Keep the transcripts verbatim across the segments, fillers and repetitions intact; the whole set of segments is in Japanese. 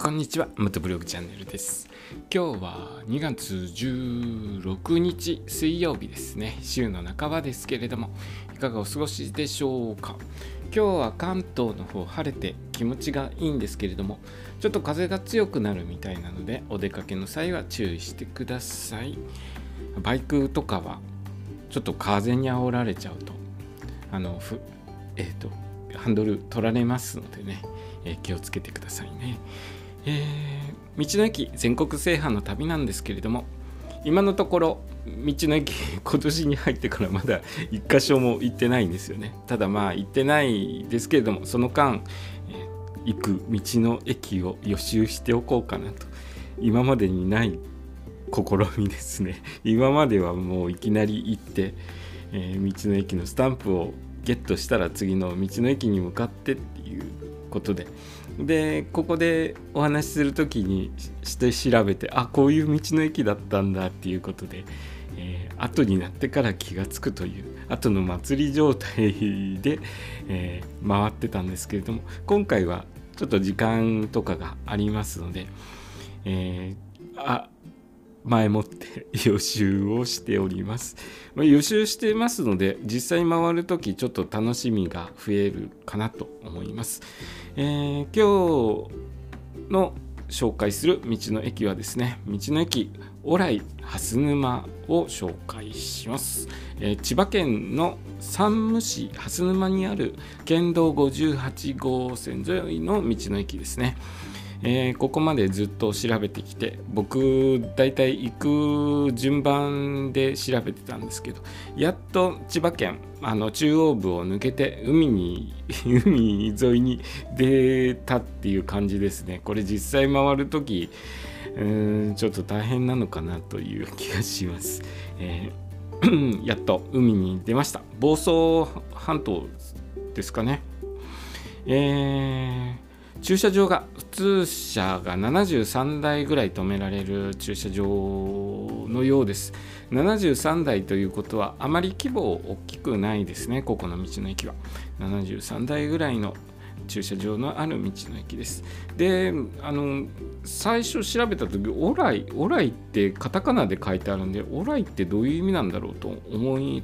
こんにちは、元ブログチャンネルです。今日はにがつじゅうろくにち水曜日ですね。週の半ばですけれども、いかがお過ごしでしょうか。今日は関東の方晴れて気持ちがいいんですけれども、ちょっと風が強くなるみたいなので、お出かけの際は注意してください。バイクとかはちょっと風に煽られちゃうとあのふえっ、ー、とハンドル取られますのでね、えー、気をつけてくださいね。えー、道の駅全国制覇の旅なんですけれども、今のところ道の駅今年に入ってからまだ一箇所も行ってないんですよね。ただまあ行ってないですけれども、その間、えー、行く道の駅を予習しておこうかなと。今までにない試みですね。今まではもういきなり行って、えー、道の駅のスタンプをゲットしたら次の道の駅に向かってっていうことで、でここでお話しするときにして調べて、あ、こういう道の駅だったんだっていうことで、えー、後になってから気がつくという後の祭り状態で、えー、回ってたんですけれども、今回はちょっと時間とかがありますので、えー、あ前もって予習をしております。予習してますので、実際回るときちょっと楽しみが増えるかなと思います。えー、今日の紹介する道の駅はですね、道の駅小来蓮沼を紹介します。えー、千葉県の山武市蓮沼にある県道ごじゅうはちごうせん沿いの道の駅ですね。えー、ここまでずっと調べてきて、僕だいたい行く順番で調べてたんですけど、やっと千葉県あの中央部を抜けて海に海沿いに出たっていう感じですね。これ実際回るときうーんちょっと大変なのかなという気がします。えー、やっと海に出ました。房総半島ですかね。えー駐車場が普通車がななじゅうさんだいぐらい止められる駐車場のようです。ななじゅうさんだいということはあまり規模大きくないですね。ここの道の駅はななじゅうさんだいぐらいの駐車場のある道の駅です。で、あの最初調べた時、オライオライってカタカナで書いてあるんで、オライってどういう意味なんだろうと思って、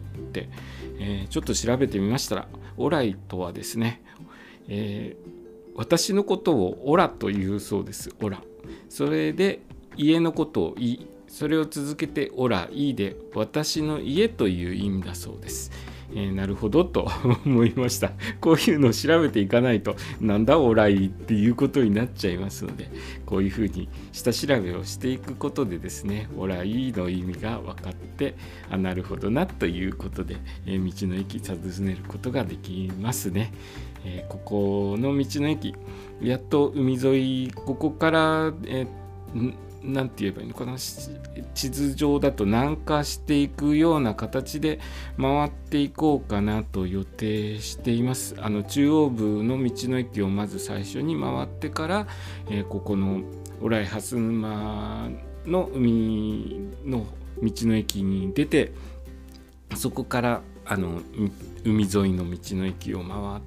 えー、ちょっと調べてみましたら、オライとはですね、えー私のことをオラというそうです。オラ。それで家のことをイ、それを続けてオライで私の家という意味だそうです。えー、なるほどと思いました。こういうのを調べていかないと、なんだオライっていうことになっちゃいますので、こういうふうに下調べをしていくことでですね、オライの意味が分かって、あ、なるほどなということで、えー、道の駅訪ねることができますね。えー、ここの道の駅、やっと海沿い、ここから、えーなんて言えばいいのかな、地図上だと南下していくような形で回っていこうかなと予定しています。あの中央部の道の駅をまず最初に回ってから、えー、ここの小来蓮沼の海の道の駅に出て、そこからあの海沿いの道の駅を回って、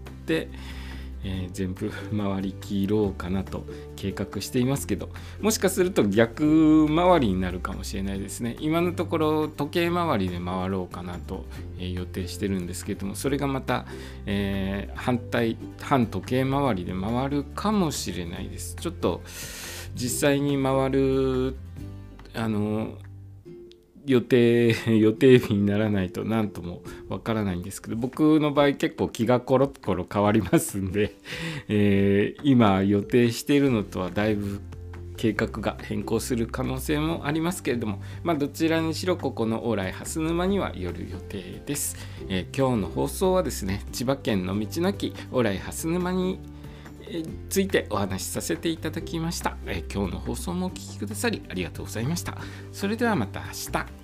えー、全部回りきろうかなと計画していますけど、もしかすると逆回りになるかもしれないですね。今のところ時計回りで回ろうかなと、えー、予定してるんですけども、それがまた、えー、反対反時計回りで回るかもしれないです。ちょっと実際に回るあの予定予定日にならないと何ともわからないんですけど、僕の場合結構気がコロッコロ変わりますんで、えー、今予定しているのとはだいぶ計画が変更する可能性もありますけれども、まあ、どちらにしろここの小来蓮沼には寄る予定です。えー、今日の放送はですね、千葉県の道の駅小来蓮沼についてお話しさせていただきました。えー、今日の放送もお聞きくださりありがとうございました。それではまた明日。